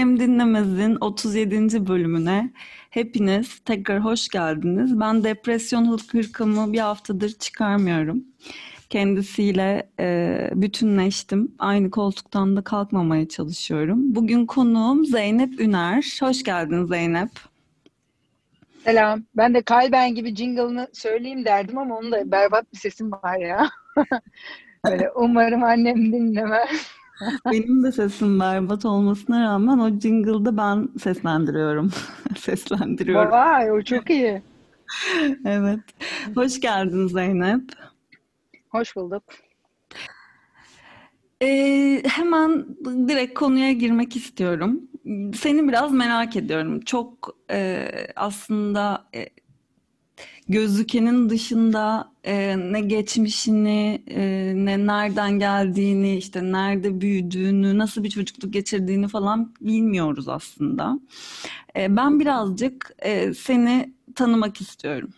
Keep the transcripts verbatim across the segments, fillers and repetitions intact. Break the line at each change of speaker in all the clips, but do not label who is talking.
Annem Dinlemez'in otuz yedinci bölümüne hepiniz tekrar hoş geldiniz. Ben depresyon hırkamı bir haftadır çıkarmıyorum. Kendisiyle e, bütünleştim. Aynı koltuktan da kalkmamaya çalışıyorum. Bugün konuğum Zeynep Üner. Hoş geldin Zeynep.
Selam. Ben de Kalben gibi jingle'ını söyleyeyim derdim ama onun da berbat bir sesim var ya. Böyle umarım annem dinlemez.
Benim de sesim berbat olmasına rağmen o jingle'da ben seslendiriyorum. Seslendiriyorum.
Vay, o çok iyi.
Evet. Hoş geldin Zeynep.
Hoş bulduk.
Ee, hemen direkt konuya girmek istiyorum. Seni biraz merak ediyorum. Çok e, aslında e, gözükenin dışında e, ne geçmişini, e, ne nereden geldiğini, işte nerede büyüdüğünü, nasıl bir çocukluk geçirdiğini falan bilmiyoruz aslında. E, ben birazcık e, seni tanımak istiyorum.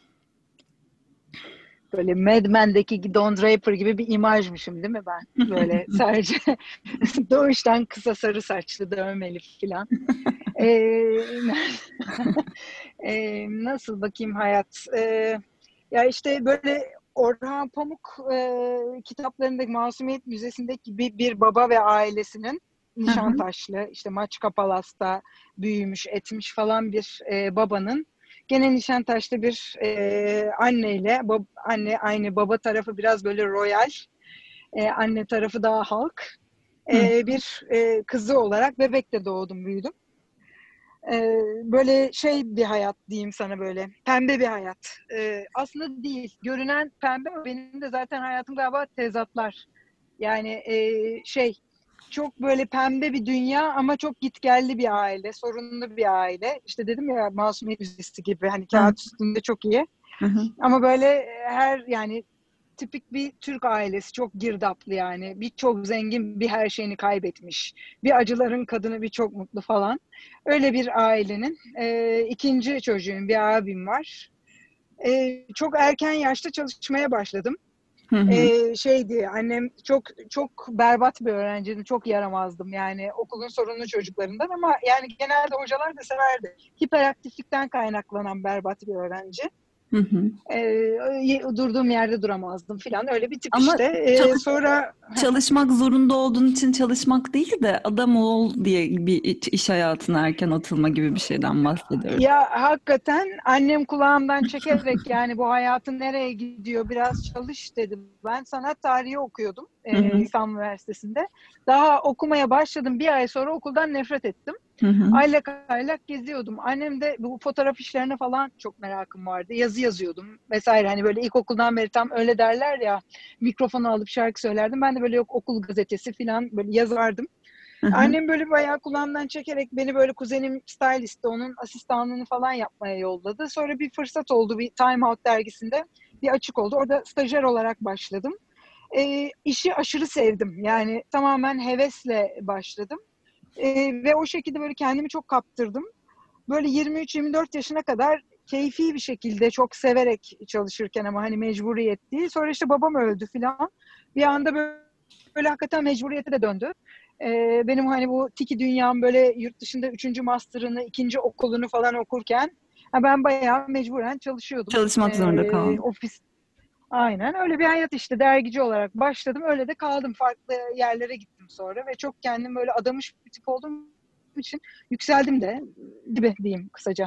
Böyle Mad Men'deki Don Draper gibi bir imajmışım değil mi ben? Böyle sadece doğuştan kısa sarı saçlı dövmeli falan. Ee, ee, nasıl bakayım hayat? Ee, ya işte böyle Orhan Pamuk e, kitaplarındaki Masumiyet Müzesi'ndeki bir, bir baba ve ailesinin
Hı hı,
Nişantaşlı, işte Maçka Palas'ta büyümüş, etmiş falan bir e, babanın gene Nişantaş'ta bir e, anneyle, bab, anne aynı baba tarafı biraz böyle royal, e, anne tarafı daha halk,
hı.
e, bir e, kızı olarak Bebek'te doğdum, büyüdüm. Ee, böyle şey bir hayat diyeyim sana, böyle pembe bir hayat. Ee, aslında değil. Görünen pembe ama benim de zaten hayatım galiba tezatlar. Yani e, şey çok böyle pembe bir dünya ama çok gitgelli bir aile, sorunlu bir aile. İşte dedim ya, Masumiyet Müzesi gibi, hani
Hı
kağıt üstünde çok iyi.
hı.
Ama böyle her yani tipik bir Türk ailesi, çok girdaplı yani. Bir çok zengin, bir her şeyini kaybetmiş. Bir acıların kadını, bir çok mutlu falan. Öyle bir ailenin e, ikinci çocuğum, bir abim var. E, çok erken yaşta çalışmaya başladım.
Hı hı.
E, şeydi, annem çok çok berbat bir öğrenciydim, çok yaramazdım yani okulun sorunlu çocuklarından, ama yani genelde hocalar da severdi. Hiperaktiflikten kaynaklanan berbat bir öğrenci.
Hı hı.
Ee, durduğum yerde duramazdım filan, öyle bir tip
Ama
işte. Ee,
çalış
sonra
çalışmak zorunda olduğun için çalışmak değil de adam ol diye bir iş iş hayatına erken atılma gibi bir şeyden bahsediyoruz.
ya hakikaten annem kulağımdan çekerek, yani bu hayatın nereye gidiyor, biraz çalış dedi. Ben sanat tarihi okuyordum
Hı
e,
hı.
İstanbul Üniversitesi'nde. Daha okumaya başladım, bir ay sonra okuldan nefret ettim.
Hı hı.
Aylak aylak geziyordum. Annem de bu fotoğraf işlerine falan çok merakım vardı. Yazı yazıyordum vesaire. Hani böyle ilkokuldan beri tam öyle derler ya. Mikrofonu alıp şarkı söylerdim. Ben de böyle yok, okul gazetesi falan böyle yazardım.
Hı hı.
Annem böyle bayağı kulağımdan çekerek beni, böyle kuzenim stylistti, onun asistanlığını falan yapmaya yolladı. Sonra bir fırsat oldu, bir Time Out dergisinde bir açık oldu. Orada stajyer olarak başladım. E, işi aşırı sevdim. Yani tamamen hevesle başladım. Ee, ve o şekilde böyle kendimi çok kaptırdım. Böyle yirmi üç yirmi dört yaşına kadar keyfi bir şekilde, çok severek çalışırken, ama hani mecburiyet değil. Sonra işte babam öldü filan. Bir anda böyle, böyle hakikaten mecburiyete de döndü. Ee, benim hani bu tiki dünyam, böyle yurt dışında üçüncü master'ını, ikinci okulunu falan okurken ha, ben bayağı mecburen çalışıyordum.
Çalışmak zorunda
Ee,
kaldım.
ofis Aynen öyle bir hayat işte, dergici olarak başladım, öyle de kaldım, farklı yerlere gittim sonra ve çok kendim böyle adamış bir tip olduğum için yükseldim de gibi diyeyim kısaca.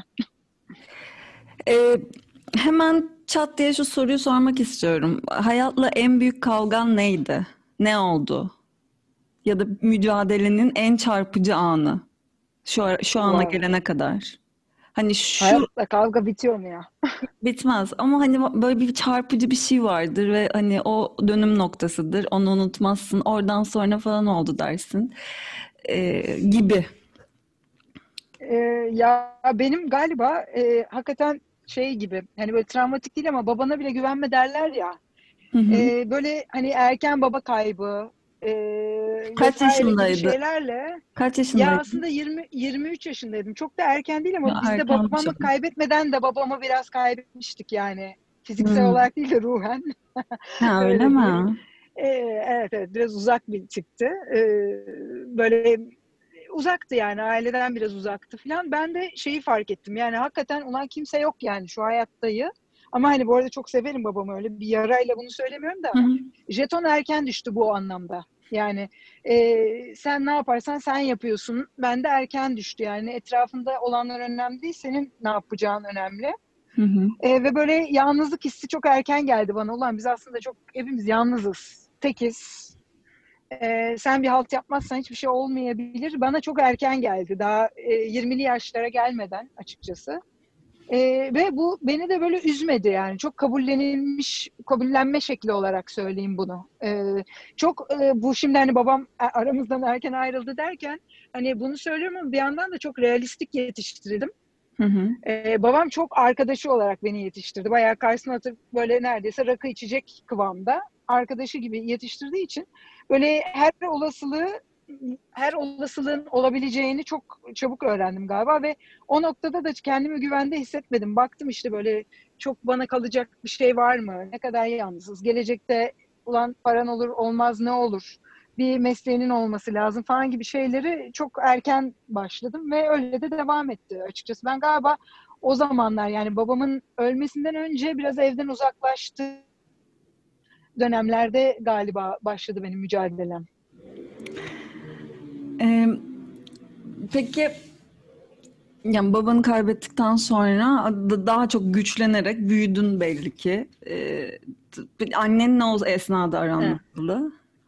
Ee, hemen çat diye şu soruyu sormak istiyorum. Hayatla en büyük kavgan neydi? Ne oldu? Ya da mücadelenin en çarpıcı anı şu ara- şu ana
Wow.
gelene kadar. Hani şu
Hayatla kavga bitiyor mu ya?
bitmez ama hani böyle bir çarpıcı bir şey vardır ve hani o dönüm noktasıdır. Onu unutmazsın. Oradan sonra falan oldu dersin. Ee, gibi.
Ee, ya benim galiba e, hakikaten şey gibi, hani böyle travmatik değil ama babana bile güvenme derler ya.
Hı hı.
Ee, böyle hani erken baba kaybı e,
Kaç
vesaire gibi
yaşındaydı?
şeylerle.
Kaç
Ya
yaşındaydı?
aslında yirmi yirmi üç yaşındaydım. Çok da erken değil
Ya
ama biz de
erkenmiş
babamı
ama.
kaybetmeden de babamı biraz kaybetmiştik yani. Fiziksel
Hmm.
olarak değil de ruhen.
Ha öyle
Öyle diyeyim.
mi?
Ee, evet, evet, biraz uzak bir tipti. Ee, böyle uzaktı yani, aileden biraz uzaktı falan. Ben de şeyi fark ettim yani, hakikaten ulan kimse yok yani şu hayattayı. Ama hani bu arada çok severim babamı, öyle bir yarayla bunu söylemiyorum da
Hı hı.
jeton erken düştü bu anlamda. Yani e, sen ne yaparsan sen yapıyorsun. Bende erken düştü yani, etrafında olanlar önemli değil, senin ne yapacağın önemli.
Hı hı.
E, ve böyle yalnızlık hissi çok erken geldi bana. Ulan biz aslında çok hepimiz yalnızız, tekiz. E, sen bir halt yapmazsan hiçbir şey olmayabilir. Bana çok erken geldi. Daha e, yirmili yaşlara gelmeden açıkçası. E, ve bu beni de böyle üzmedi yani. Çok kabullenilmiş, kabullenme şekli olarak söyleyeyim bunu. E, çok e, bu şimdi hani babam aramızdan erken ayrıldı derken hani bunu söylüyorum ama bir yandan da çok realistik yetiştirildim.
Hı hı.
Ee, babam çok arkadaşı olarak beni yetiştirdi. Bayağı karşısına atıp böyle neredeyse rakı içecek kıvamda arkadaşı gibi yetiştirdiği için böyle her olasılığı her olasılığın olabileceğini çok çabuk öğrendim galiba ve o noktada da kendimi güvende hissetmedim. Baktım işte böyle çok bana kalacak bir şey var mı? Ne kadar yalnızız? Gelecekte ulan paran olur olmaz ne olur? Bir mesleğinin olması lazım falan gibi şeyleri çok erken başladım ve öyle de devam etti açıkçası. Ben galiba o zamanlar yani babamın ölmesinden önce biraz evden uzaklaştığı dönemlerde galiba başladı benim mücadelem.
Ee, peki yani babanı kaybettikten sonra da- daha çok güçlenerek büyüdün belli ki. Ee, t- annenle o esnada aran
Evet.
nasıldı?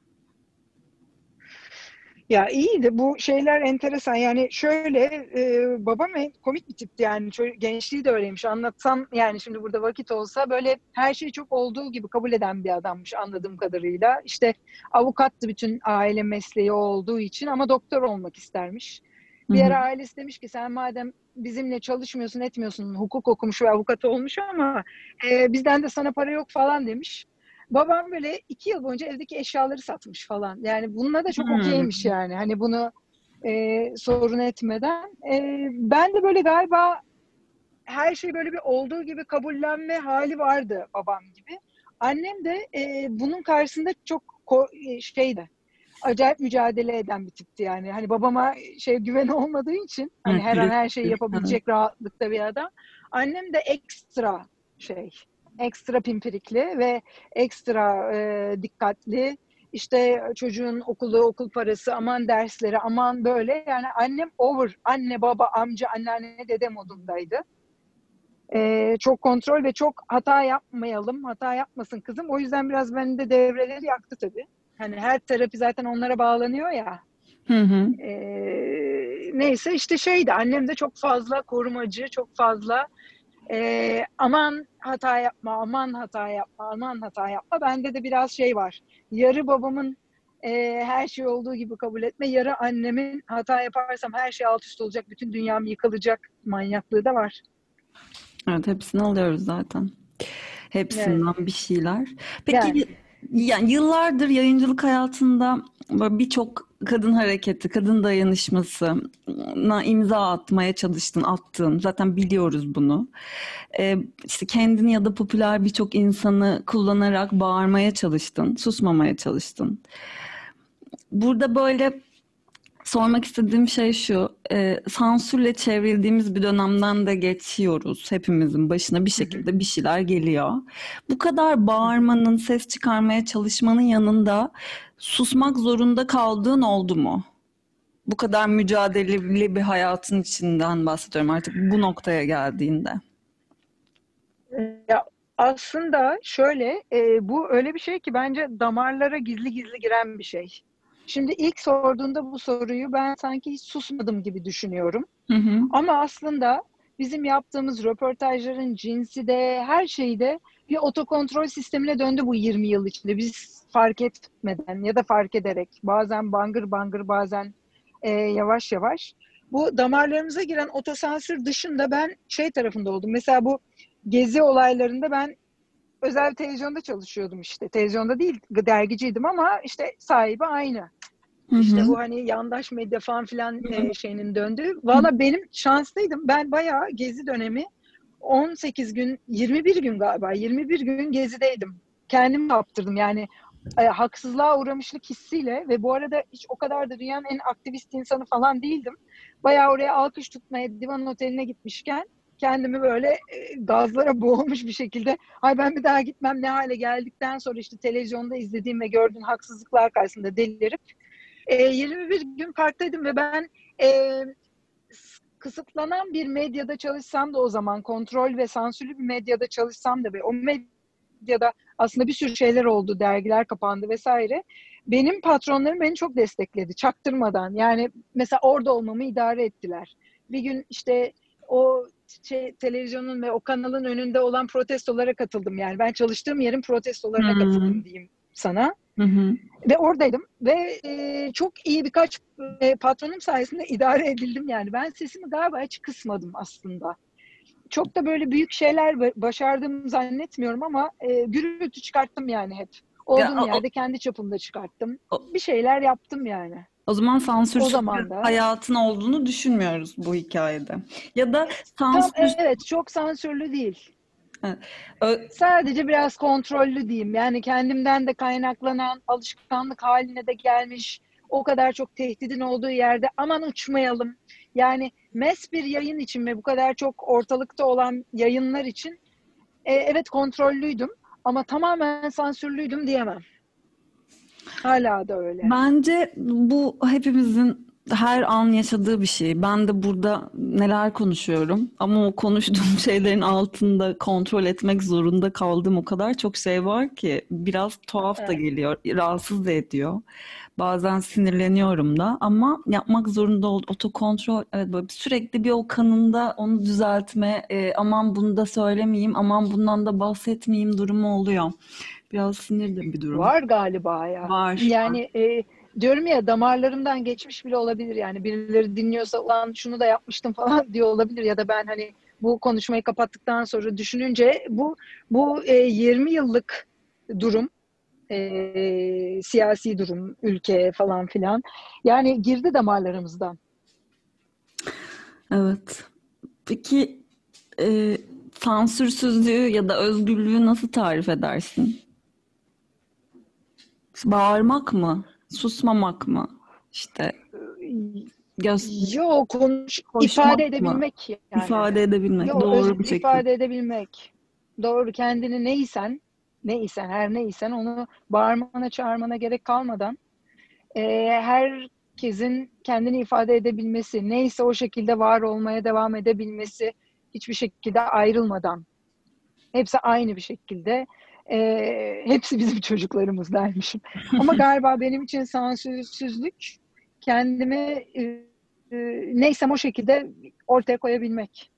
Ya iyiydi, bu şeyler enteresan yani şöyle e, babam en komik bir tipti yani. Ço- gençliği de öyleymiş, anlatsam yani şimdi burada vakit olsa, böyle her şeyi çok olduğu gibi kabul eden bir adammış anladığım kadarıyla. İşte avukattı, bütün aile mesleği olduğu için, ama doktor olmak istermiş.
Hı
Bir
hı.
ara ailesi demiş ki sen madem bizimle çalışmıyorsun etmiyorsun, hukuk okumuş ve avukat olmuş ama e, bizden de sana para yok falan demiş. Babam böyle iki yıl boyunca evdeki eşyaları satmış falan. Yani bununla da çok
Hmm.
okeymiş yani. Hani bunu e, sorun etmeden. E, ben de böyle galiba her şey böyle bir olduğu gibi kabullenme hali vardı babam gibi. Annem de e, bunun karşısında çok ko- şeydi. Acayip mücadele eden bir tipti yani. Hani babama şey güveni olmadığı için, hani
Evet,
her an her
klasik.
şeyi
Evet.
yapabilecek rahatlıkta bir adam. Annem de ekstra şey, ekstra pimpirikli ve ekstra e, dikkatli. İşte çocuğun okulu, okul parası, aman dersleri, aman böyle. Yani annem over, anne, baba, amca, anneanne, dede modundaydı. Ee, çok kontrol ve çok hata yapmayalım, hata yapmasın kızım. O yüzden biraz bende devreleri yaktı tabii. Hani her terapi zaten onlara bağlanıyor ya.
Hı hı.
Ee, neyse işte şeydi, annem de çok fazla korumacı, çok fazla e, aman hata yapma, aman hata yapma, aman hata yapma. Bende de biraz şey var. Yarı babamın e, her şey olduğu gibi kabul etme, yarı annemin hata yaparsam her şey alt üst olacak, bütün dünyam yıkılacak manyaklığı da var.
Evet, hepsini alıyoruz zaten.
Evet.
Hepsinden bir şeyler.
Yani.
Peki yani yıllardır yayıncılık hayatında böyle birçok kadın hareketi, kadın dayanışmasına imza atmaya çalıştın, attın. Zaten biliyoruz bunu. Ee, işte kendini ya da popüler birçok insanı kullanarak bağırmaya çalıştın, susmamaya çalıştın. Burada böyle sormak istediğim şey şu, e, sansürle çevrildiğimiz bir dönemden de geçiyoruz. Hepimizin başına bir
Hı hı,
şekilde bir şeyler geliyor. Bu kadar
hı hı.
bağırmanın, ses çıkarmaya çalışmanın yanında susmak zorunda kaldığın oldu mu? Bu kadar mücadeleli bir hayatın içinden bahsediyorum artık bu noktaya geldiğinde.
Ya aslında şöyle, e, bu öyle bir şey ki bence damarlara gizli gizli giren bir şey. Şimdi ilk sorduğunda bu soruyu ben sanki hiç susmadım gibi düşünüyorum.
Hı hı.
Ama aslında bizim yaptığımız röportajların cinsi de her şeyi de bir otokontrol sistemine döndü bu yirmi yıl içinde. Biz fark etmeden ya da fark ederek, bazen bangır bangır, bazen e, yavaş yavaş. Bu damarlarımıza giren otosansür dışında ben şey tarafında oldum. Mesela bu gezi olaylarında ben özel televizyonda çalışıyordum işte. Televizyonda değil, dergiciydim ama işte sahibi aynı.
Hı
İşte
hı.
bu hani yandaş medya falan filan e, şeyinin döndüğü. Valla benim şanslıydım. Ben bayağı gezi dönemi on sekiz gün, yirmi bir gün galiba, yirmi bir gün gezideydim. Kendimi kaptırdım yani. e, haksızlığa uğramışlık hissiyle ve bu arada hiç o kadar da dünyanın en aktivist insanı falan değildim. Bayağı oraya alkış tutmaya Divan Oteli'ne gitmişken kendimi böyle e, gazlara boğulmuş bir şekilde ay ben bir daha gitmem ne hale geldikten sonra işte televizyonda izlediğim ve gördüğüm haksızlıklar karşısında delirip e, yirmi bir gün parktaydım ve ben e, kısıtlanan bir medyada çalışsam da o zaman kontrol ve sansürlü bir medyada çalışsam da ve o medyada aslında bir sürü şeyler oldu, dergiler kapandı vesaire. Benim patronlarım beni çok destekledi çaktırmadan. Yani mesela orada olmamı idare ettiler. Bir gün işte o şey, televizyonun ve o kanalın önünde olan protestolara katıldım. Yani ben çalıştığım yerin protestolarına
Hmm.
katıldım diyeyim sana.
Hı hı.
Ve oradaydım ve e, çok iyi birkaç e, patronum sayesinde idare edildim yani. Ben sesimi galiba hiç kısmadım aslında. Çok da böyle büyük şeyler başardığımı zannetmiyorum ama e, gürültü çıkarttım yani hep.
Ya,
Olduğum
o,
yerde kendi çapımda çıkarttım.
o,
Bir şeyler yaptım yani.
o zaman
O
sansürsüz bir
zaman da.
hayatın olduğunu düşünmüyoruz bu hikayede. Ya da
Tam
sansür...
evet çok sansürlü değil.
Evet. Ö-
Sadece biraz kontrollü diyeyim. Yani kendimden de kaynaklanan, alışkanlık haline de gelmiş, o kadar çok tehdidin olduğu yerde aman uçmayalım. Yani mes bir yayın için ve bu kadar çok ortalıkta olan yayınlar için e, evet kontrollüydüm ama tamamen sansürlüydüm diyemem. Hala da öyle.
Bence bu hepimizin her an yaşadığı bir şey. Ben de burada neler konuşuyorum ama o konuştuğum şeylerin altında kontrol etmek zorunda kaldığım o kadar çok şey var ki biraz tuhaf da
Evet.
geliyor, rahatsız da ediyor. Bazen sinirleniyorum da ama yapmak zorunda ol otokontrol, evet, böyle sürekli bir o kanında onu düzeltme, e, aman bunu da söylemeyeyim, aman bundan da bahsetmeyeyim durumu oluyor. Biraz sinir de bir durum.
Var galiba ya.
Var, var.
Yani e, diyorum ya damarlarımdan geçmiş bile olabilir yani. Birileri dinliyorsa ulan şunu da yapmıştım falan diyor olabilir ya da ben hani bu konuşmayı kapattıktan sonra düşününce bu bu e, yirmi yıllık durum, e, siyasi durum, ülke falan filan yani girdi damarlarımızdan.
Evet. Peki e, sansürsüzlüğü ya da özgürlüğü nasıl tarif edersin? Bağırmak mı? Susmamak mı? İşte göz
Yok konuş ifade
konuşmak mı?
edebilmek yani.
İfade edebilmek.
Yok öz
Doğru bir şekilde.
ifade edebilmek. Doğru kendini neysen, neysen her neysen onu bağırmana çağırmana gerek kalmadan e, herkesin kendini ifade edebilmesi, neyse o şekilde var olmaya devam edebilmesi, hiçbir şekilde ayrılmadan, hepsi aynı bir şekilde, e, hepsi bizim çocuklarımız dermişim. Ama galiba benim için sansürsüzlük kendimi e, e, neysem o şekilde ortaya koyabilmek.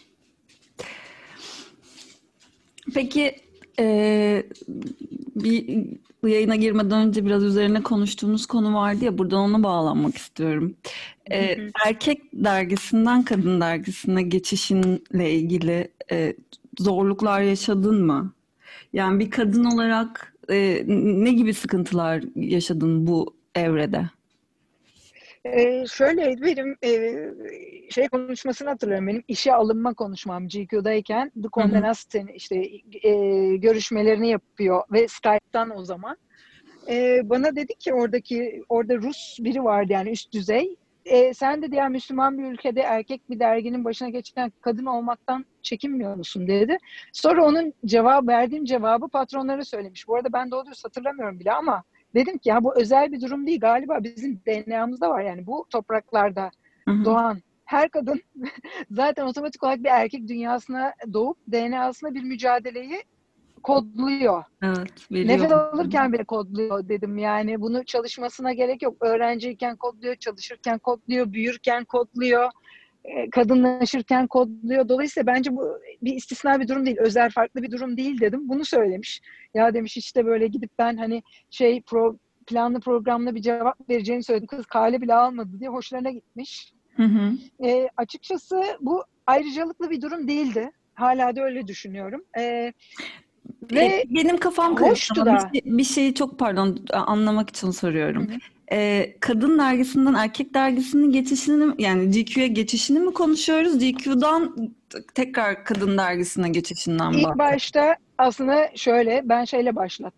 Peki e, bir bu yayına girmeden önce biraz üzerine konuştuğumuz konu vardı ya, buradan ona bağlanmak istiyorum. E, erkek dergisinden kadın dergisine geçişinle ilgili e, zorluklar yaşadın mı? Yani bir kadın olarak e, ne gibi sıkıntılar yaşadın bu evrede?
Ee, şöyle benim e, şey konuşmasını hatırlıyorum. Benim işe alınma konuşmam G Q'dayken The
Hı
Condé
hı.
Nast'in işte e, görüşmelerini yapıyor ve Skype'tan o zaman. E, bana dedi ki oradaki orada Rus biri vardı yani üst düzey. E, sen de diğer Müslüman bir ülkede erkek bir derginin başına geçen kadın olmaktan çekinmiyor musun dedi. Sonra onun cevap verdiğim cevabı patronlara söylemiş. Bu arada ben doğru dürüst hatırlamıyorum bile ama dedim ki ya bu özel bir durum değil galiba bizim D N A'mızda var yani bu topraklarda
Hı hı.
doğan her kadın zaten otomatik olarak bir erkek dünyasına doğup D N A'sına bir mücadeleyi kodluyor.
Evet, veriyor.
Nefes alırken bile kodluyor dedim. Yani bunu çalışmasına gerek yok. Öğrenciyken kodluyor, çalışırken kodluyor, büyürken kodluyor, e, kadınlaşırken kodluyor. Dolayısıyla bence bu bir istisna bir durum değil. Özel farklı bir durum değil dedim. Bunu söylemiş. Ya demiş işte böyle gidip ben hani şey pro, planlı programlı bir cevap vereceğini söyledim. Kız kale bile almadı diye hoşlarına gitmiş.
Hı hı.
E, açıkçası bu ayrıcalıklı bir durum değildi. Hala da öyle düşünüyorum. E,
E,
ve
benim kafam karıştı
hoştu
ama bir,
da.
şey, bir şeyi çok pardon anlamak için
Hı
soruyorum.
hı.
E, kadın dergisinden erkek dergisinin geçişini mi- yani G Q'ya geçişini mi konuşuyoruz? G Q'dan tekrar kadın dergisine geçişinden mi
İlk
bahsediyoruz?
başta aslında şöyle ben şeyle başlattım.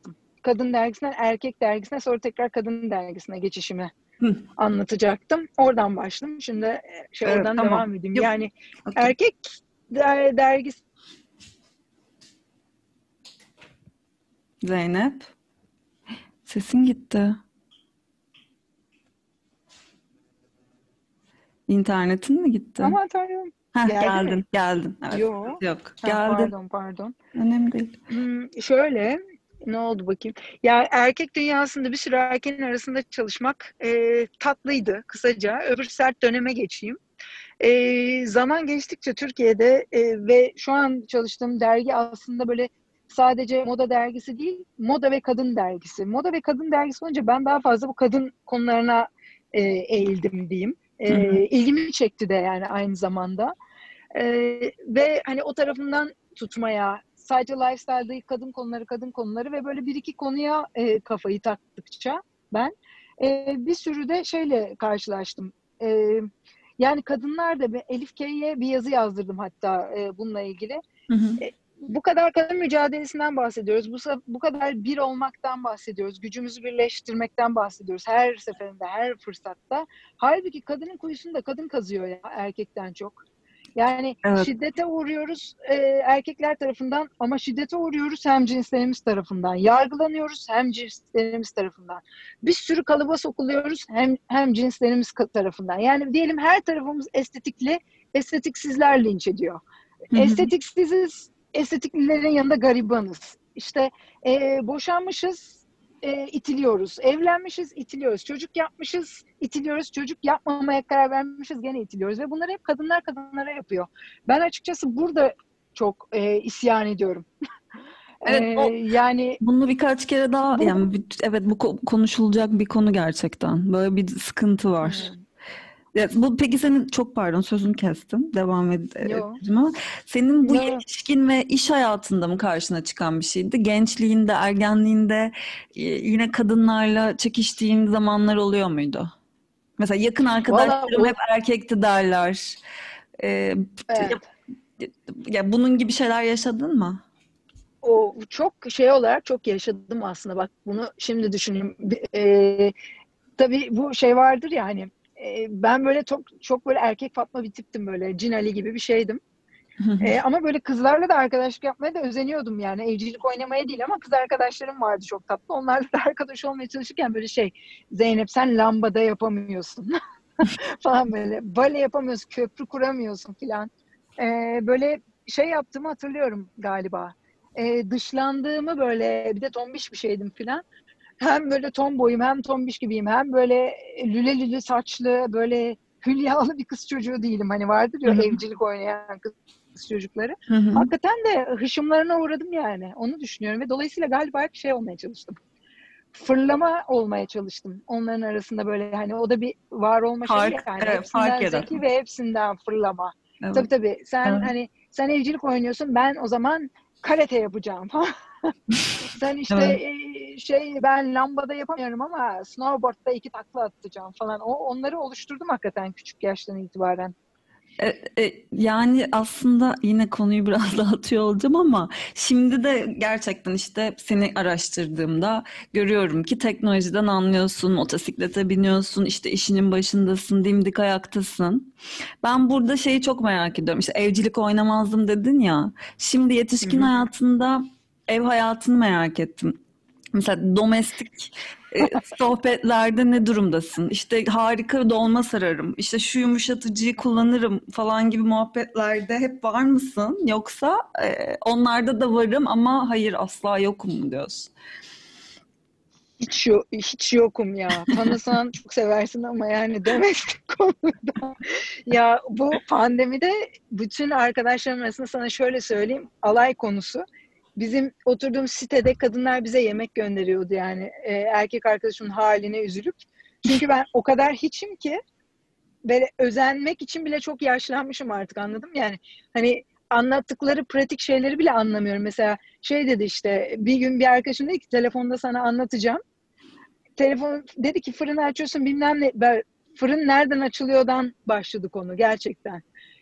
kadın dergisinden erkek dergisine, sonra tekrar kadın dergisine geçişimi
Hı,
anlatacaktım. Oradan başladım. Şimdi e, şey
evet,
oradan
tamam.
devam edeyim.
Yok,
Yani
okey.
erkek der- dergisi
Zeynep, sesin gitti. İnternetin mi gitti?
ama tanıyorum.
Heh,
Geldi mi?
geldin, geldin. Evet,
Yo.
sıkıntı yok.
Ha,
Geldin.
pardon, pardon.
Önemli değil.
Hmm, şöyle, ne oldu bakayım? Ya erkek dünyasında bir sürü erkeğin arasında çalışmak e, tatlıydı kısaca. Öbür sert döneme geçeyim. E, zaman geçtikçe Türkiye'de e, ve şu an çalıştığım dergi aslında böyle sadece moda dergisi değil, moda ve kadın dergisi. Moda ve kadın dergisi olunca ben daha fazla bu kadın konularına e, eğildim diyeyim.
Hı hı.
E, ilgimi çekti de yani aynı zamanda. E, ve hani o tarafından tutmaya, sadece lifestyle değil, kadın konuları, kadın konuları ve böyle bir iki konuya e, kafayı taktıkça ben e, bir sürü de şeyle karşılaştım. E, yani kadınlar da, Elif K'ye bir yazı yazdırdım hatta e, bununla ilgili.
Hı hı.
E, bu kadar kadın mücadelesinden bahsediyoruz. Bu, bu kadar bir olmaktan bahsediyoruz. Gücümüzü birleştirmekten bahsediyoruz. Her seferinde, her fırsatta. Halbuki kadının kuyusunu da kadın kazıyor ya, erkekten çok. Yani
Evet.
şiddete uğruyoruz e, erkekler tarafından, ama şiddete uğruyoruz hem cinslerimiz tarafından. Yargılanıyoruz hem cinslerimiz tarafından. Bir sürü kalıba sokuluyoruz hem hem cinslerimiz tarafından. Yani diyelim her tarafımız estetikli, estetiksizler linç ediyor.
Hı hı.
Estetiksiziz, estetiklilerin yanında garibanız. İşte e, boşanmışız, e, itiliyoruz. Evlenmişiz, itiliyoruz. Çocuk yapmışız, itiliyoruz. Çocuk yapmamaya karar vermişiz, gene itiliyoruz. Ve bunları hep kadınlar kadınlara yapıyor. Ben açıkçası burada çok e, isyan ediyorum. E,
Evet, o
yani
bunu birkaç kere daha
bu...
yani bir- evet bu ko- konuşulacak bir konu gerçekten. Böyle bir sıkıntı var.
Hmm,
Ya, bu peki senin çok pardon sözünü kestim. Devam ed
yo,
edeceğim ama senin bu
no.
yetişkin ve iş hayatında mı karşına çıkan bir şeydi? Gençliğinde, ergenliğinde e, yine kadınlarla çekiştiğin zamanlar oluyor muydu? Mesela yakın
Valla
arkadaşlarım
o...
hep erkekti derler. E, ya,
Evet.
ya bunun gibi şeyler yaşadın mı?
O çok şey olarak çok yaşadım aslında. Bak, bunu şimdi düşüneyim. E, tabii bu şey vardır ya, hani e, ben böyle çok çok böyle erkek Fatma bir tiptim, böyle Cin Ali gibi bir şeydim. E, ama böyle kızlarla da arkadaşlık yapmaya da özeniyordum yani. Evcilik oynamaya değil, ama kız arkadaşlarım vardı çok tatlı. Onlarla da arkadaş olmaya çalışırken böyle şey, Zeynep sen lambada yapamıyorsun falan böyle. Bale yapamıyorsun, köprü kuramıyorsun falan. E, böyle şey yaptığımı hatırlıyorum galiba. E, dışlandığımı, böyle bir de tombiş bir şeydim falan. Hem böyle tomboyum hem tombiş gibiyim, hem böyle lüle lüle saçlı, böyle hülyalı bir kız çocuğu değilim. Hani vardır
Hı
ya
hı.
evcilik oynayan kız çocukları.
Hı hı.
Hakikaten de hışımlarına uğradım yani. Onu düşünüyorum ve dolayısıyla galiba hep şey olmaya çalıştım. Fırlama olmaya çalıştım. Onların arasında böyle, hani o da bir var olma şeyi
Fark,
yani.
evet, fark
Hepsinden zeki
yaratmak.
ve hepsinden fırlama. Tabii
Evet.
tabii. Sen
Evet.
hani sen evcilik oynuyorsun, ben o zaman karate yapacağım falan. Sen işte
Evet.
e, şey, ben lambada yapamıyorum ama snowboard'da iki takla atacağım falan. O onları oluşturdum hakikaten küçük yaştan itibaren.
E, e, yani aslında yine konuyu biraz dağıtıyor olacağım ama şimdi de gerçekten işte seni araştırdığımda görüyorum ki teknolojiden anlıyorsun, motosiklete biniyorsun, işte işinin başındasın, dimdik ayaktasın. Ben burada şeyi çok merak ediyorum. İşte evcilik oynamazdım dedin ya. Şimdi
Hı
yetişkin
hı.
hayatında ev hayatını merak ettim. Mesela domestik e, sohbetlerde ne durumdasın? İşte harika dolma sararım, işte şu yumuşatıcıyı kullanırım falan gibi muhabbetlerde hep var mısın? Yoksa e, onlarda da varım ama hayır asla yokum mu diyorsun?
Hiç yok, hiç yokum ya. Tanısan çok seversin ama yani domestik konuda. Ya bu pandemide bütün arkadaşlarım arasında sana şöyle söyleyeyim, alay konusu. Bizim oturduğum sitede kadınlar bize yemek gönderiyordu yani. Ee, erkek arkadaşımın haline üzülüp. Çünkü ben o kadar hiçim ki, böyle özenmek için bile çok yaşlanmışım artık, anladım yani. Hani anlattıkları pratik şeyleri bile anlamıyorum. Mesela şey dedi, işte bir gün bir arkadaşım dedi ki telefonda sana anlatacağım. Telefon dedi ki fırını açıyorsun bilmem ne. Ben, fırın nereden açılıyordan başladı konu gerçekten.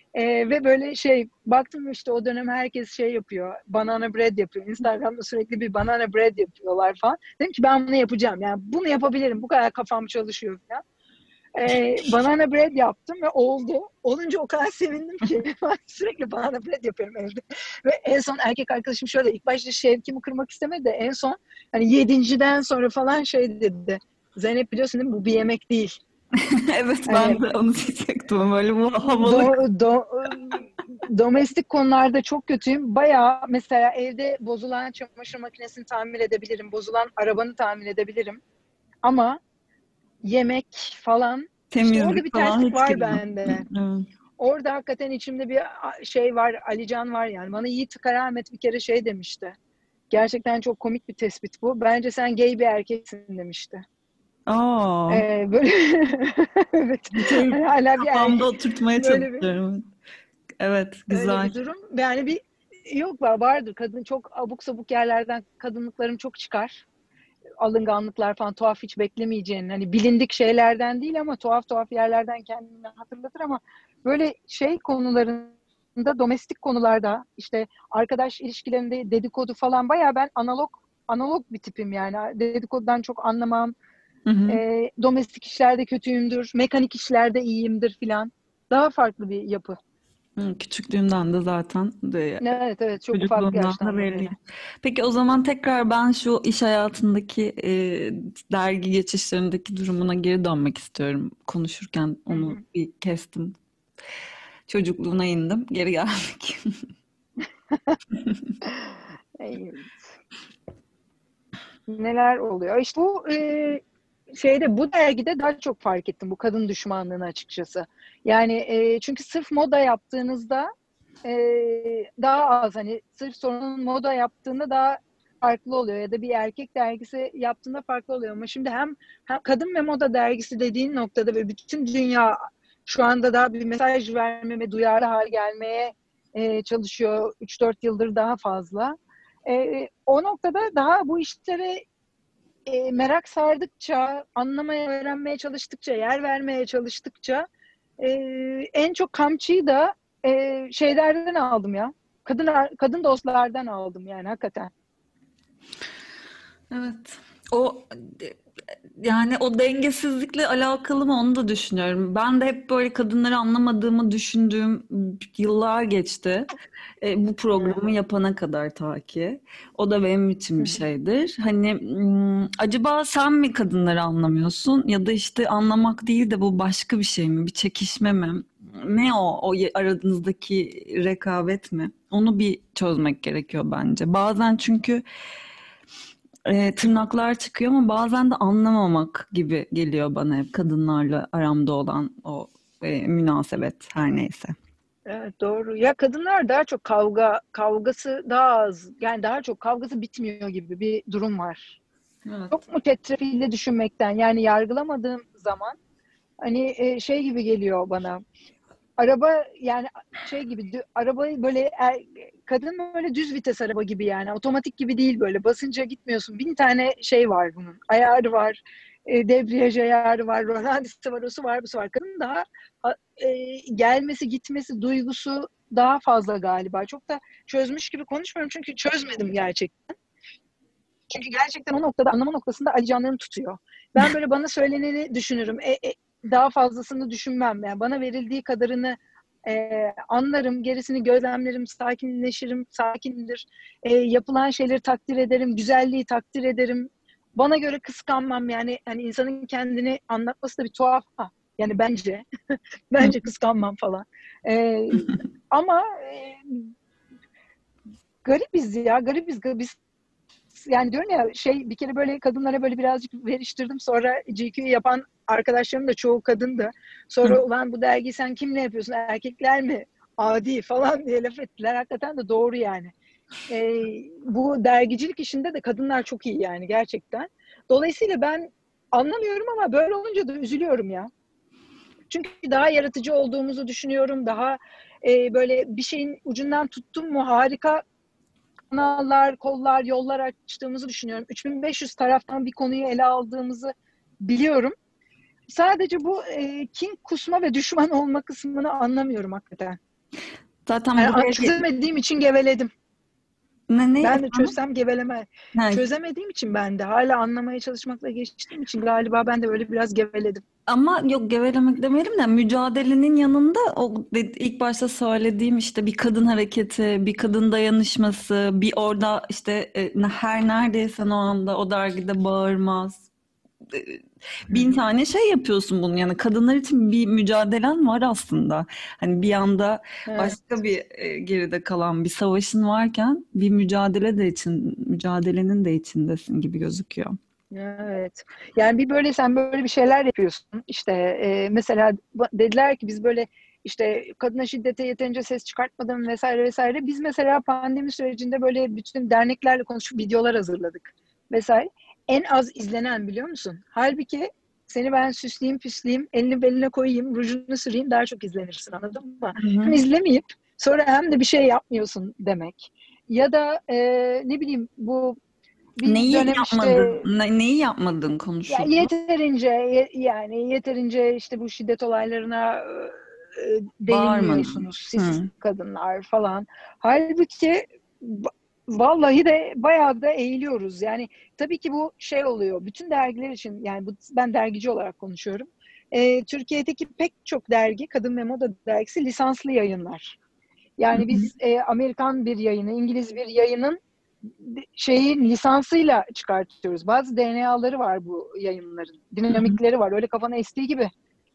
Ee, ve böyle şey baktım işte o dönem herkes şey yapıyor. Banana bread yapıyor. Instagram'da sürekli bir banana bread yapıyorlar falan. Dedim ki ben bunu yapacağım. Yani bunu yapabilirim. Bu kadar kafam çalışıyor falan. Ee, banana bread yaptım ve oldu. Olunca o kadar sevindim ki ben sürekli banana bread yapıyorum evde. Ve en son erkek arkadaşım şöyle ilk başta şevkimi kırmak istemedi de en son hani yedinciden sonra falan şey dedi. Zeynep biliyorsun değil mi? Bu bir yemek değil.
Evet, ben
Hani
de onu diyecektim. Böyle bu havalı.
do, do, domestik konularda çok kötüyüm. Bayağı mesela evde bozulan çamaşır makinesini tamir edebilirim. Bozulan arabanı tamir edebilirim. Ama yemek falan işte orada bir
Temizlik falan
terslik
hiç
var
girmez.
bende.
Evet.
Orada hakikaten içimde bir şey var, Alican var yani. Bana Yiğit Karaahmet bir kere şey demişti. Gerçekten çok komik bir tespit bu. Bence sen gay bir erkeksin demişti.
Aa,
Ee, böyle evet.
şöyle
Hani hala bir
kafamda
erkek
oturtmaya
böyle bir
çalışıyorum. Evet,
öyle
güzel.
bir durum. Yani bir yok var vardır. Kadın çok abuk sabuk yerlerden kadınlıklarım çok çıkar. Alınganlıklar falan tuhaf hiç beklemeyeceğin hani bilindik şeylerden değil ama tuhaf tuhaf yerlerden kendini hatırlatır ama böyle şey konularında domestik konularda işte arkadaş ilişkilerinde dedikodu falan bayağı ben analog analog bir tipim yani dedikodudan çok anlamam.
Hı hı.
E, domestik işlerde kötüyümdür, mekanik işlerde iyiyimdir filan. Daha farklı bir yapı.
Hı, küçüklüğümden de zaten de,
Evet evet çok ufak
çocukluğumdan da
yaştan
belli.
beri.
Peki o zaman tekrar ben şu iş hayatındaki e, dergi geçişlerindeki durumuna geri dönmek istiyorum. Konuşurken
Hı
onu
hı.
bir kestim. Çocukluğuna indim. Geri geldik.
Neler oluyor? İşte bu e, şeyde bu dergide daha çok fark ettim bu kadın düşmanlığını açıkçası. Yani e, çünkü sırf moda yaptığınızda e, daha az hani sırf sorunun moda yaptığında daha farklı oluyor ya da bir erkek dergisi yaptığında farklı oluyor ama şimdi hem, hem kadın ve moda dergisi dediğin noktada ve bütün dünya şu anda daha bir mesaj vermeme, duyarlı hale gelmeye e, çalışıyor üç dört yıldır daha fazla. E, o noktada daha bu işlere e, merak sardıkça, anlamaya, öğrenmeye çalıştıkça, yer vermeye çalıştıkça e, en çok kamçıyı da e, şeylerden aldım ya. Kadın kadın dostlardan aldım yani hakikaten.
Evet. O yani o dengesizlikle alakalı mı onu da düşünüyorum. Ben de hep böyle kadınları anlamadığımı düşündüğüm yıllar geçti. E, bu
Hı
programı
hı,
yapana kadar ta ki. O da benim için
hı
bir
hı.
şeydir. Hani hmm, acaba sen mi kadınları anlamıyorsun ya da işte anlamak değil de bu başka bir şey mi? Bir çekişme mi? Ne o? O ye- aranızdaki rekabet mi? Onu bir çözmek gerekiyor bence. Bazen çünkü e, tırnaklar çıkıyor ama bazen de anlamamak gibi geliyor bana hep kadınlarla aramda olan o e, münasebet her neyse.
Evet doğru. Ya kadınlar daha çok kavga kavgası daha az. Yani daha çok kavgası bitmiyor gibi bir durum var.
Evet.
Çok mu çetrefilli düşünmekten yani yargılamadığım zaman hani e, şey gibi geliyor bana. Araba yani şey gibi dü- arabayı böyle er- kadın böyle düz vites araba gibi yani otomatik gibi değil böyle basınca gitmiyorsun. Bin tane şey var bunun. Ayarı var, e, debriyaj ayarı var, rölantisi var, osu var, busu var. Kadın daha ha- e, gelmesi, gitmesi duygusu daha fazla galiba. Çok da çözmüş gibi konuşmuyorum çünkü çözmedim gerçekten. Çünkü gerçekten o noktada anlama noktasında Ali Canlar'ım tutuyor. Ben böyle bana söyleneni düşünürüm. E, e, daha fazlasını düşünmem. Yani bana verildiği kadarını e, anlarım, gerisini gözlemlerim, sakinleşirim, sakindir. E, yapılan şeyleri takdir ederim, güzelliği takdir ederim. Bana göre kıskanmam yani hani insanın kendini anlatması da bir tuhaf. Ha, yani bence, bence kıskanmam falan. E, ama e, garibiz ya, garibiz. Biz yani diyorum ya şey bir kere böyle kadınlara böyle birazcık veriştirdim. Sonra G Q'yu yapan arkadaşlarım da çoğu kadındı. Sonra ulan bu dergiyi sen kimle yapıyorsun? Erkekler mi? Adi falan diye laf ettiler. Hakikaten de doğru yani. Ee, bu dergicilik işinde de kadınlar çok iyi yani gerçekten. Dolayısıyla ben anlamıyorum ama böyle olunca da üzülüyorum ya. Çünkü daha yaratıcı olduğumuzu düşünüyorum. Daha e, böyle bir şeyin ucundan tuttum mu harika kanallar, kollar, yollar açtığımızı düşünüyorum. üç bin beş yüz taraftan bir konuyu ele aldığımızı biliyorum. Sadece bu e, kin kusma ve düşman olma kısmını anlamıyorum hakikaten.
Zaten
Yani
buraya ge-
çözemediğim için geveledim.
ne ne
Ben de
efendim?
çözsem geveleme.
Ha,
Çözemediğim için ben de hala anlamaya çalışmakla geçtiğim için galiba ben de öyle biraz geveledim.
ama yok gevelemek demeyelim de mücadelenin yanında o de- ilk başta söylediğim işte bir kadın hareketi, bir kadın dayanışması, bir orada işte e, her neredeysen o anda o dergide bağırmaz. E,
Hı
Bin
hı.
tane şey yapıyorsun bunun yani kadınlar için bir mücadelen var aslında. Hani bir yanda başka
Evet.
bir e, geride kalan bir savaşın varken bir mücadele de için mücadelenin de içindesin gibi gözüküyor.
Evet. Yani bir böyle sen böyle bir şeyler yapıyorsun. İşte e, mesela ba- dediler ki biz böyle işte kadına şiddete yeterince ses çıkartmadım vesaire vesaire. Biz mesela pandemi sürecinde böyle bütün derneklerle konuşup videolar hazırladık vesaire. En az izlenen biliyor musun? Halbuki seni ben süsleyeyim püsleyeyim, elini beline koyayım, rujunu süreyim daha çok izlenirsin anladın mı?
Hı hı.
Hem izlemeyip sonra hem de bir şey yapmıyorsun demek. Ya da e, ne bileyim bu bir
Neyi
dönem
yapmadın?
işte
Ne- neyi yapmadın
ya
konuşuldu.
yeterince ye- yani yeterince işte bu şiddet olaylarına e,
Bağırmadın.
değinmiyorsunuz siz
Hı.
kadınlar falan. Halbuki ba- vallahi de bayağı da eğiliyoruz. Yani tabii ki bu şey oluyor. Bütün dergiler için yani bu, ben dergici olarak konuşuyorum. E, Türkiye'deki pek çok dergi, kadın ve moda dergisi lisanslı yayınlar.
Hı
Yani
hı.
biz e, Amerikan bir yayını, İngiliz bir yayının şeyin lisansıyla çıkartıyoruz. Bazı D N A'ları var bu yayınların.
Hı hı.
Dinamikleri var. Öyle kafana estiği gibi.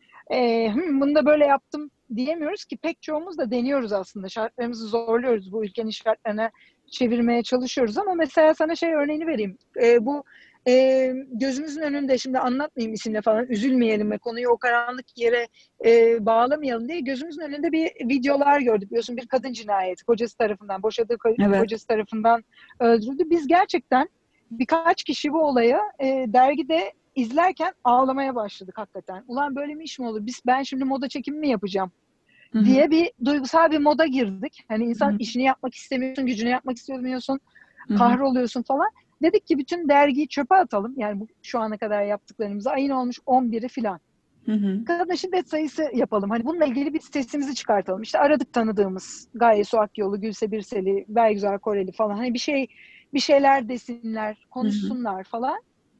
E, "Hı, bunu da böyle yaptım diyemiyoruz ki pek çoğumuz da deniyoruz aslında. Şartlarımızı zorluyoruz. Bu ülkenin şartlarına çevirmeye çalışıyoruz ama mesela sana şey örneğini vereyim. E, bu e, gözümüzün önünde şimdi anlatmayayım isimle falan üzülmeyelim ve konuyu o karanlık yere e, bağlamayalım diye gözümüzün önünde bir videolar gördük. Biliyorsun bir kadın cinayeti kocası tarafından boşadığı ko-
Evet.
kocası tarafından öldürüldü. Biz gerçekten birkaç kişi bu olaya e, dergide izlerken ağlamaya başladık hakikaten. Ulan böyle mi iş mi olur? Biz ben şimdi moda çekimi mi yapacağım
Hı hı.
diye bir duygusal bir moda girdik. Hani
Hı
insan
hı.
işini yapmak istemiyorsun, gücünü yapmak istemiyorsun,
Hı hı.
kahroluyorsun falan. Dedik ki bütün dergiyi çöpe atalım. Yani bu şu ana kadar yaptıklarımızı ayın olmuş on biri filan.
Hı hı.
Kadın şiddet sayısı yapalım. Hani bununla ilgili bir sesimizi çıkartalım. İşte aradık tanıdığımız Gaye Su Akyolu, Gülse Birseli, Belgüzar Koreli falan. Hani bir şey bir şeyler desinler,
Hı hı.
konuşsunlar falan.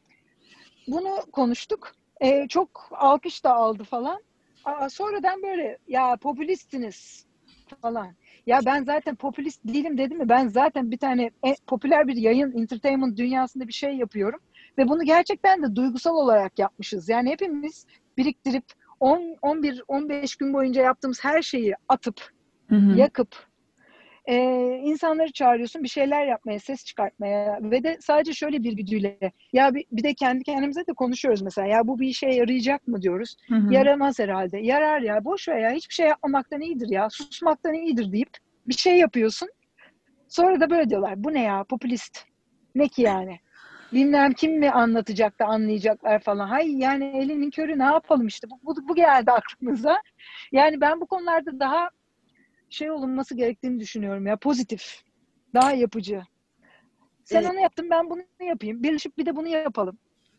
Bunu konuştuk. Ee, çok alkış da aldı falan. Aa, sonradan böyle ya popülistsiniz falan. Ya ben zaten popülist değilim dedim mi? Ben zaten bir tane e, popüler bir yayın, entertainment dünyasında bir şey yapıyorum. Ve bunu gerçekten de duygusal olarak yapmışız. Yani hepimiz biriktirip on, on bir, on beş gün boyunca yaptığımız her şeyi atıp,
Hı hı.
yakıp ee, insanları çağırıyorsun bir şeyler yapmaya, ses çıkartmaya ve de sadece şöyle bir güdüyle ya bir, bir de kendi kendimize de konuşuyoruz mesela ya bu bir işe yarayacak mı diyoruz.
Hı hı.
Yaramaz herhalde. Yarar ya boş ver ya hiçbir şey yapmamaktan iyidir ya susmaktan iyidir deyip bir şey yapıyorsun. Sonra da böyle diyorlar bu ne ya popülist. Ne ki yani? Bilmem kim mi anlatacak da anlayacaklar falan. Hay yani elinin körü ne yapalım işte bu, bu, bu geldi aklımıza. Yani ben bu konularda daha şey olunması gerektiğini düşünüyorum ya pozitif. Daha yapıcı. Sen
E,
onu yaptın ben bunu yapayım. Birleşip bir de bunu yapalım.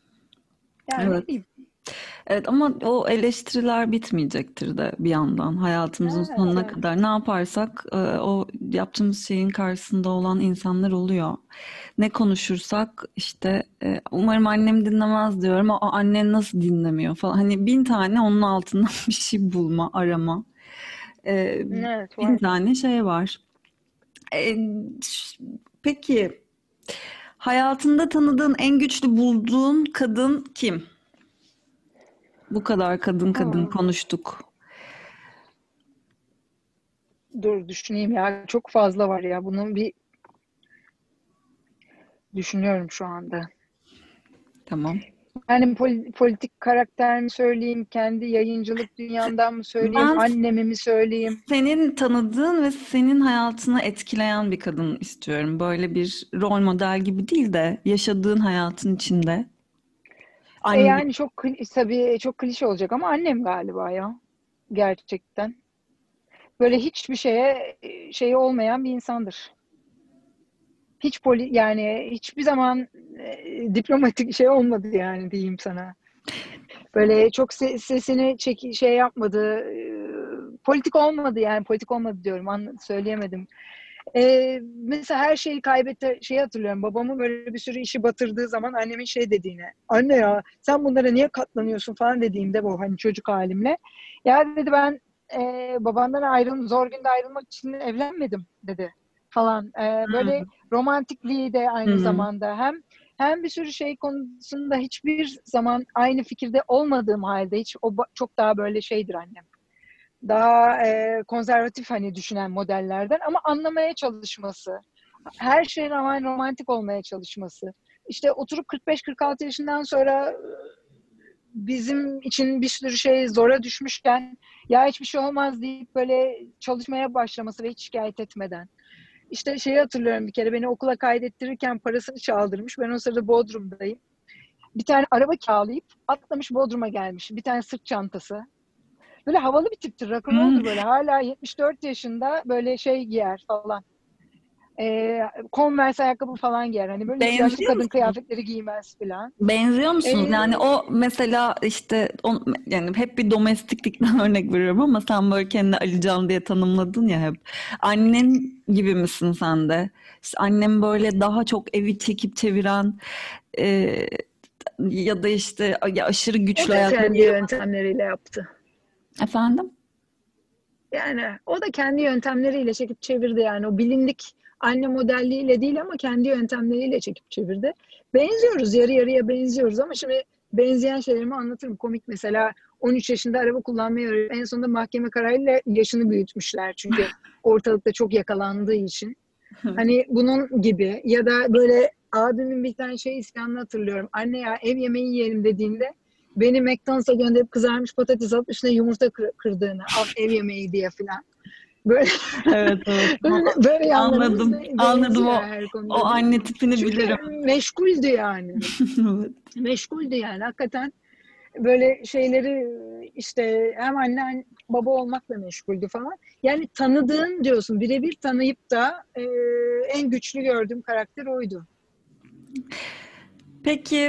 Yani ne
evet.
diyeyim?
Evet ama o eleştiriler bitmeyecektir de bir yandan. Hayatımızın
Evet,
sonuna
evet.
kadar ne yaparsak e, o yaptığımız şeyin karşısında olan insanlar oluyor. Ne konuşursak işte e, umarım annem dinlemez diyorum. O annen nasıl dinlemiyor falan. Hani bin tane onun altından bir şey bulma, arama. E,
Evet
Bin
var.
tane şey var. E, ş- peki hayatında tanıdığın en güçlü bulduğun kadın kim? Bu kadar kadın kadın
Ha,
konuştuk.
dur düşüneyim ya. Çok fazla var ya. Bunun bir düşünüyorum şu anda.
Tamam.
Yani pol- politik karakter mi söyleyeyim? Kendi yayıncılık dünyamdan mı söyleyeyim?
Ben
Annemi mi söyleyeyim?
senin tanıdığın ve senin hayatını etkileyen bir kadın istiyorum. Böyle bir rol model gibi değil de yaşadığın hayatın içinde.
E
Anne.
yani çok kli- tabii çok klişe olacak ama annem galiba ya. Gerçekten. Böyle hiçbir şeye e, şeyi olmayan bir insandır. Hiç poli yani hiçbir zaman e, diplomatik şey olmadı yani diyeyim sana. Böyle çok se- sesini çek şey yapmadı, e, politik olmadı yani politik olmadı diyorum anla, söyleyemedim. Ee, mesela her şeyi kaybetti şeyi hatırlıyorum. Babamın böyle bir sürü işi batırdığı zaman annemin şey dediğine. Anne ya sen bunlara niye katlanıyorsun falan dediğimde bu hani çocuk halimle. Ya dedi ben e, babandan ayrıldım. Zor günde ayrılmak için evlenmedim dedi falan. E, böyle
Hmm.
romantikliği de
Hı
aynı
hı.
zamanda hem hem bir sürü şey konusunda hiçbir zaman aynı fikirde olmadığım halde hiç o ba- çok daha böyle şeydir annem daha e, konservatif hani düşünen modellerden ama anlamaya çalışması, her şeye rağmen romantik olmaya çalışması. İşte oturup kırk beş kırk altı yaşından sonra bizim için bir sürü şey zora düşmüşken ya hiçbir şey olmaz deyip böyle çalışmaya başlaması ve hiç şikayet etmeden. İşte şeyi hatırlıyorum bir kere beni okula kaydettirirken parasını çaldırmış. Ben o sırada Bodrum'dayım. Bir tane araba kiralayıp atlamış Bodrum'a gelmiş. Bir tane sırt çantası. Böyle havalı bir tiptir,
Hmm.
rock'n'roll'dur böyle. Hala yetmiş dört yaşında böyle şey giyer falan. Ee, Converse ayakkabı falan giyer. Hani böyle hiç yaşlı
Benziyor
kadın
musun?
kıyafetleri giymez falan.
Benziyor musunuz? Yani
Ee,
o mesela işte on, yani hep bir domestiklikten örnek veriyorum ama sen böyle kendini Alican diye tanımladın ya hep. Annen gibi misin sen de? İşte annem böyle daha çok evi çekip çeviren e, ya da işte ya aşırı
O
güçlü
da
hayatları.
kendi yöntemleriyle yaptı.
Efendim?
Yani o da kendi yöntemleriyle çekip çevirdi yani. O bilindik anne modelliğiyle değil ama kendi yöntemleriyle çekip çevirdi. Benziyoruz, yarı yarıya benziyoruz ama şimdi benzeyen şeylerimi anlatırım. Komik mesela on üç yaşında araba kullanmayı öğreniyor. En sonunda mahkeme kararıyla yaşını büyütmüşler. Çünkü ortalıkta çok yakalandığı için. Hani bunun gibi ya da böyle abimin bir tane şey isyanını hatırlıyorum. Anne ya ev yemeği yiyelim dediğinde beni McDonald's'a gönderip kızarmış patates alıp üstüne yumurta kır- kırdığını al ev yemeği diye falan. Böyle
Evet, evet.
böyle, böyle yanlarımız
Anladım.
be-
Anladım,
benziyor
o
her
o
konuda da.
anne tipini
Çünkü
bilirim.
meşguldü yani.
Evet.
Meşguldü yani hakikaten böyle şeyleri işte hem anne hem baba olmakla meşguldü falan. Yani tanıdığın diyorsun birebir tanıyıp da e, en güçlü gördüğüm karakter oydu.
Peki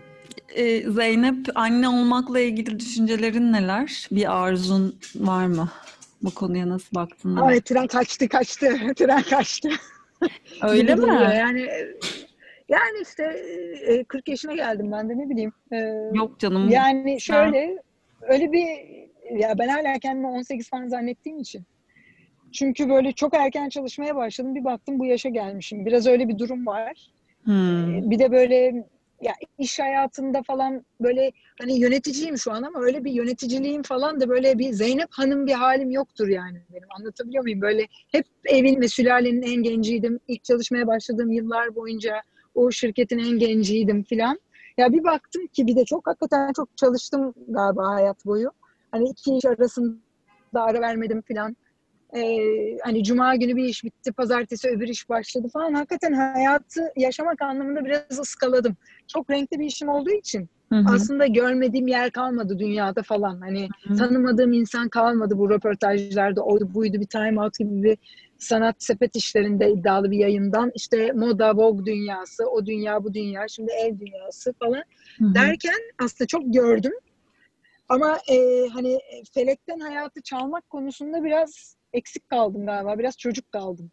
e, Zeynep, anne olmakla ilgili düşüncelerin neler? Bir arzun var mı? Bu konuya nasıl baktığını
Ay
merak.
tren kaçtı kaçtı tren kaçtı
Öyle
gibi geliyor.
mi?
Yani yani işte e, kırk yaşına geldim ben de ne bileyim. E,
Yok canım.
yani
Sen.
şöyle öyle bir ya ben hala kendimi on sekiz falan zannettiğim için. Çünkü böyle çok erken çalışmaya başladım. Bir baktım bu yaşa gelmişim. Biraz öyle bir durum var.
Hmm.
Bir de böyle ya iş hayatında falan böyle hani yöneticiyim şu an ama öyle bir yöneticiliğim falan da böyle bir Zeynep Hanım bir halim yoktur yani benim. Anlatabiliyor muyum? Böyle hep evin ve sülalenin en genciydim. İlk çalışmaya başladığım yıllar boyunca o şirketin en genciydim filan. Ya bir baktım ki bir de çok hakikaten çok çalıştım galiba hayat boyu. Hani iki iş arasında ara vermedim filan. Ee, hani cuma günü bir iş bitti, pazartesi öbür iş başladı falan. Hakikaten hayatı yaşamak anlamında biraz ıskaladım. Çok renkli bir işim olduğu için
Hı hı.
aslında görmediğim yer kalmadı dünyada falan. Hani
Hı.
tanımadığım insan kalmadı bu röportajlarda. Oydu buydu bir time out gibi bir sanat sepet işlerinde iddialı bir yayından. İşte moda, Vogue dünyası, o dünya, bu dünya, şimdi ev dünyası falan
Hı hı.
derken aslında çok gördüm. Ama e, hani felekten hayatı çalmak konusunda biraz eksik kaldım galiba. Biraz çocuk kaldım.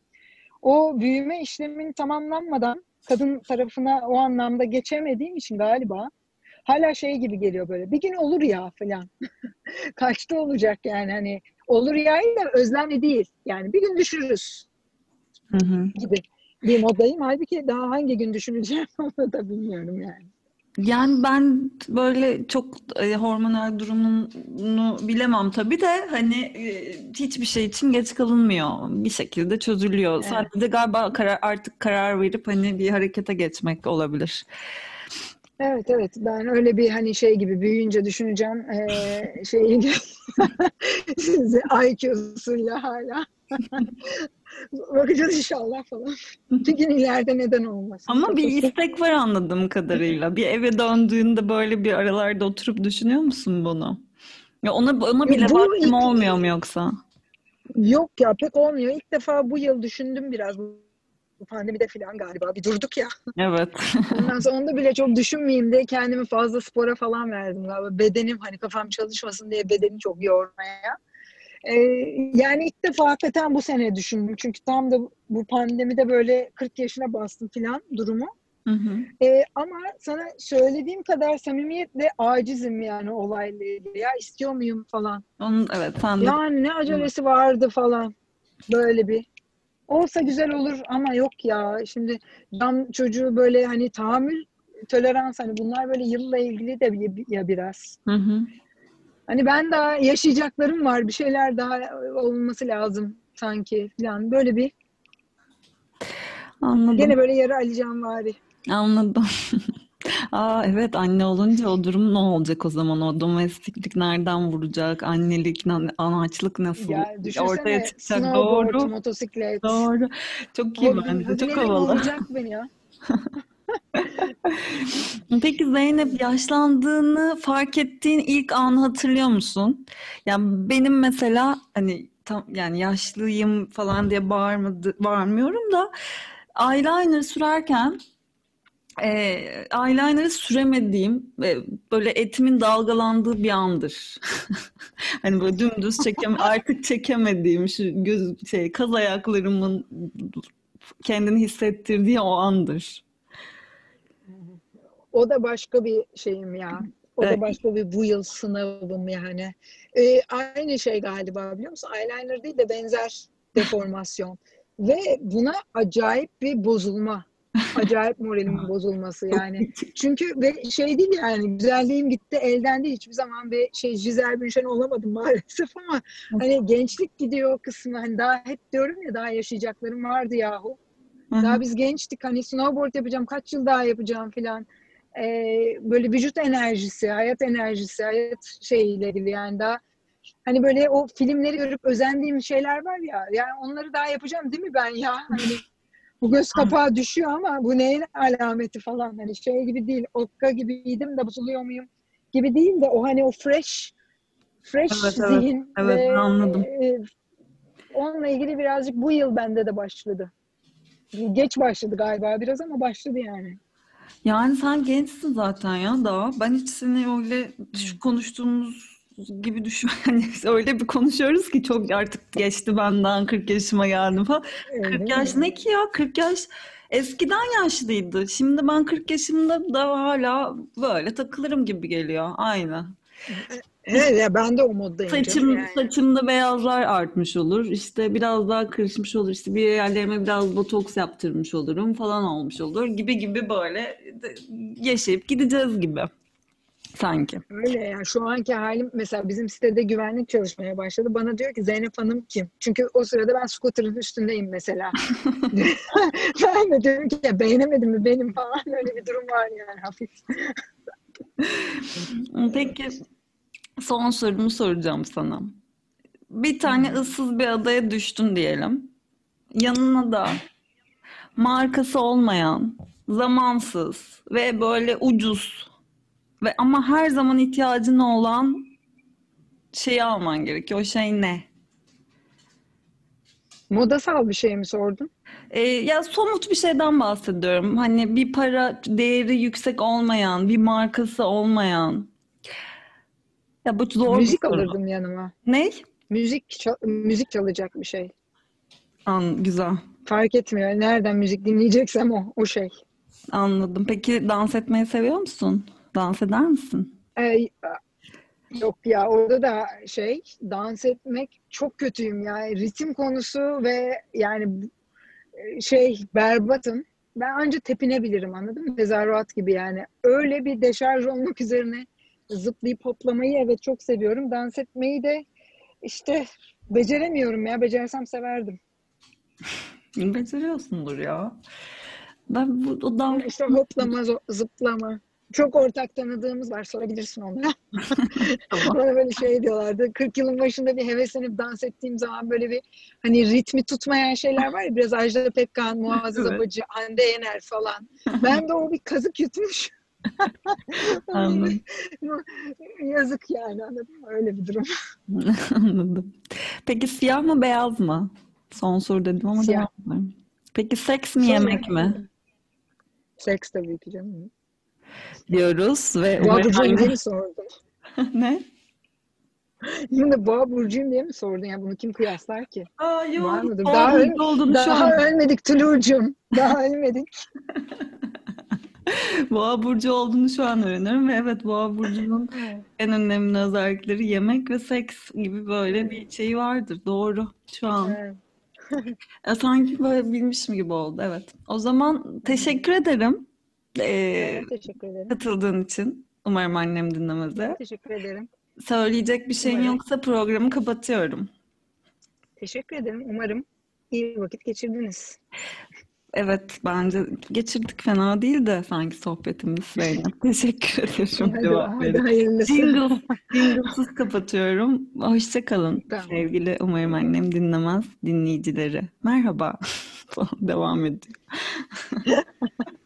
O büyüme işleminin tamamlanmadan kadın tarafına o anlamda geçemediğim için galiba hala şey gibi geliyor böyle. Bir gün olur ya falan. Kaçta olacak yani hani olur ya da özlemle değil. Yani bir gün düşürürüz
Hı hı.
gibi bir moddayım. Halbuki daha hangi gün düşüneceğim onu da bilmiyorum yani.
Yani ben böyle çok e, hormonal durumunu bilemem tabii de hani e, hiçbir şey için geç kalınmıyor. Bir şekilde çözülüyor.
Evet.
Sadece galiba karar, artık karar verip hani bir harekete geçmek olabilir.
Evet evet ben öyle bir hani şey gibi büyüyünce düşüneceğim eee şeyi sizi I Q'suyla hala bakacağız inşallah falan. Bir gün ileride neden olmasın
Ama bir
kafası.
istek var anladığım kadarıyla. Bir eve döndüğünde böyle bir aralarda oturup düşünüyor musun bunu? Ya ona ona
Yok,
bile
bu
vaktim
ilk
olmuyor mu yoksa?
yok ya pek olmuyor. İlk defa bu yıl düşündüm biraz bu pandemide falan galiba bir durduk ya.
Evet.
Ondan sonra onda bile çok düşünmeyeyim diye kendimi fazla spora falan verdim galiba. Bedenim hani kafam çalışmasın diye bedeni çok yormaya. Ee, Yani ilk defa hakikaten bu sene düşündüm. Çünkü tam da bu pandemide böyle kırk yaşına bastım filan durumu.
Hı hı.
Ee, ama sana söylediğim kadar samimiyetle acizim yani olayla ilgili. Ya istiyor muyum falan.
Onun, evet sen de.
Yani ne acelesi vardı falan. Böyle bir. Olsa güzel olur ama yok ya. Şimdi cam çocuğu böyle hani tahammül, tolerans hani bunlar böyle yılla ilgili de bir- ya biraz.
Hı hı.
Hani ben daha yaşayacaklarım var. Bir şeyler daha olması lazım sanki falan. Böyle bir
Anladım.
gene böyle yarı Alican vari.
Anladım. Aa, evet, anne olunca o durum ne olacak o zaman? O domestiklik nereden vuracak? Annelik, na- anaçlık nasıl
Ya
ortaya
düşünsene
çıkacak?
snowboard,
Doğru.
motosiklet.
Doğru. Çok iyi
Hobi,
bence. Çok
hobilerim
havalı.
vuracak beni ya.
Peki Zeynep, yaşlandığını fark ettiğin ilk anı hatırlıyor musun? Yani benim mesela hani tam yani yaşlıyım falan diye bağırmadı, bağırmıyorum da eyeliner sürerken e, eyeliner'ı süremediğim ve böyle etimin dalgalandığı bir andır. Hani böyle dümdüz çekem artık çekemediğim şu göz şey kaz ayaklarımın kendini hissettirdiği o andır.
O da başka bir şeyim ya. O
E,
da başka bir bu yıl sınavım yani. Ee, aynı şey galiba biliyor musun? Eyeliner değil de benzer deformasyon. Ve buna acayip bir bozulma. Acayip moralimin bozulması
Çok
yani.
küçük.
Çünkü ve şey değil yani güzelliğim gitti elden değil. Hiçbir zaman bir şey Giselle Bündchen olamadım maalesef ama hani gençlik gidiyor o kısmı. Hani daha hep diyorum ya daha yaşayacaklarım vardı yahu.
Hı hı.
Daha biz gençtik hani snowboard yapacağım kaç yıl daha yapacağım filan. Ee, böyle vücut enerjisi, hayat enerjisi, hayat şeyiyle ilgili yani daha hani böyle o filmleri görüp özendiğim şeyler var ya yani onları daha yapacağım değil mi ben ya? Hani bu göz kapağı düşüyor ama bu neyin alameti falan hani şey gibi değil. Okka gibiydim de bozuluyor muyum gibi değil de o hani o fresh fresh
Evet, evet.
zihin ve
Evet, anladım.
e, onunla ilgili birazcık bu yıl bende de başladı. Geç başladı galiba biraz ama başladı yani.
Yani sen gençsin zaten ya daha. Ben hiç seni öyle
Hı.
şu konuştuğumuz gibi düşün. Hani öyle bir konuşuyoruz ki çok artık geçti benden kırk yaşıma geldim falan.
Öyle
kırk yaş
mi?
ne ki ya? kırk yaş eskiden yaşlıydı. Şimdi ben kırk yaşımda da hala böyle takılırım gibi geliyor. Aynı.
Evet ya ben de o moddayım canım
Saçım,
yani.
saçımda beyazlar artmış olur. İşte biraz daha kırışmış olur. İşte bir yerlerime biraz botoks yaptırmış olurum falan olmuş olur. Gibi gibi böyle de- yaşayıp gideceğiz gibi sanki.
Öyle ya şu anki halim mesela bizim sitede güvenlik çalışmaya başladı. Bana diyor ki Zeynep Hanım kim? Çünkü o sırada ben scooter'ın üstündeyim mesela. Ben de diyorum ki ya beğenemedim mi benim falan öyle bir durum var yani hafif.
Peki son sorumu soracağım sana. Bir
Hı
tane ıssız bir adaya düştün diyelim. Yanına da markası olmayan, zamansız ve böyle ucuz ve ama her zaman ihtiyacın olan şeyi alman gerekiyor. O şey ne?
Modasal bir şey mi sordun?
Ee, ya somut bir şeyden bahsediyorum. Hani bir para değeri yüksek olmayan, bir markası olmayan. Ya bu zor bir
Müzik
soru.
alırdım yanıma.
Ne?
Müzik çal- müzik çalacak bir şey.
An güzel.
Fark etmiyor. Nereden müzik dinleyeceksem o, o şey.
Anladım. Peki dans etmeyi seviyor musun? Dans eder misin?
Ee, Yok ya orada da şey dans etmek çok kötüyüm ya. Ritim konusu ve yani şey berbatım. Ben anca tepinebilirim anladın mı? Tezahürat gibi yani. Öyle bir deşarj olmak üzerine zıplayıp hoplamayı evet çok seviyorum. Dans etmeyi de işte beceremiyorum ya. Becersem severdim.
Beceriyorsundur ya. Ben bu o dans
İşte hoplama, zo- zıplama. Çok ortak tanıdığımız var. Sorabilirsin onlara.
tamam.
Bana böyle şey diyorlardı. kırk yılın başında bir heveslenip dans ettiğim zaman böyle bir hani ritmi tutmayan şeyler var ya biraz Ajda Pekkan, Muazzez
Evet.
Apacı, Hande Yener falan. Ben de o bir kazık yutmuş.
Anladım.
Yazık yani anladın mı? Öyle bir durum.
Anladım. Peki siyah mı beyaz mı? Son soru dedim ama devam
Siyah.
edelim. Peki seks mi
Sonra
yemek mi?
seks tabii ki canım.
Diyoruz ve
Daha
umarım
bu cümleyi mi sordun?
ne?
Şimdi boğa burcuyum diye mi sordun ya? Bunu kim kıyaslar ki?
Aa, yok.
Var mıdır?
Boğa
Daha öl
burcu olduğunu şu
daha
an
ölmedik Tulu'cum. Daha ölmedik.
Boğa burcu olduğunu şu an öğreniyorum ve evet, Boğa burcunun
Evet.
en önemli özellikleri yemek ve seks gibi böyle
Evet.
bir şey vardır. Doğru. Şu an.
Evet.
E, sanki böyle bilmişim gibi oldu. Evet. O zaman teşekkür ederim e,
Ben teşekkür ederim.
katıldığın için. Umarım annem
Ben
dinlemez.
teşekkür ederim.
Söyleyecek bir şeyin
Umarım.
yoksa programı kapatıyorum.
Teşekkür ederim. Umarım iyi vakit geçirdiniz.
Evet, bence geçirdik, fena değil de sanki sohbetimiz Zeynep. Teşekkür ederim
Hadi,
cevap
hadi
verip.
hayırlısı.
Jingle, jinglesız kapatıyorum. Hoşça kalın
Tamam.
sevgili, umarım annem dinlemez dinleyicileri. Merhaba falan devam ediyor.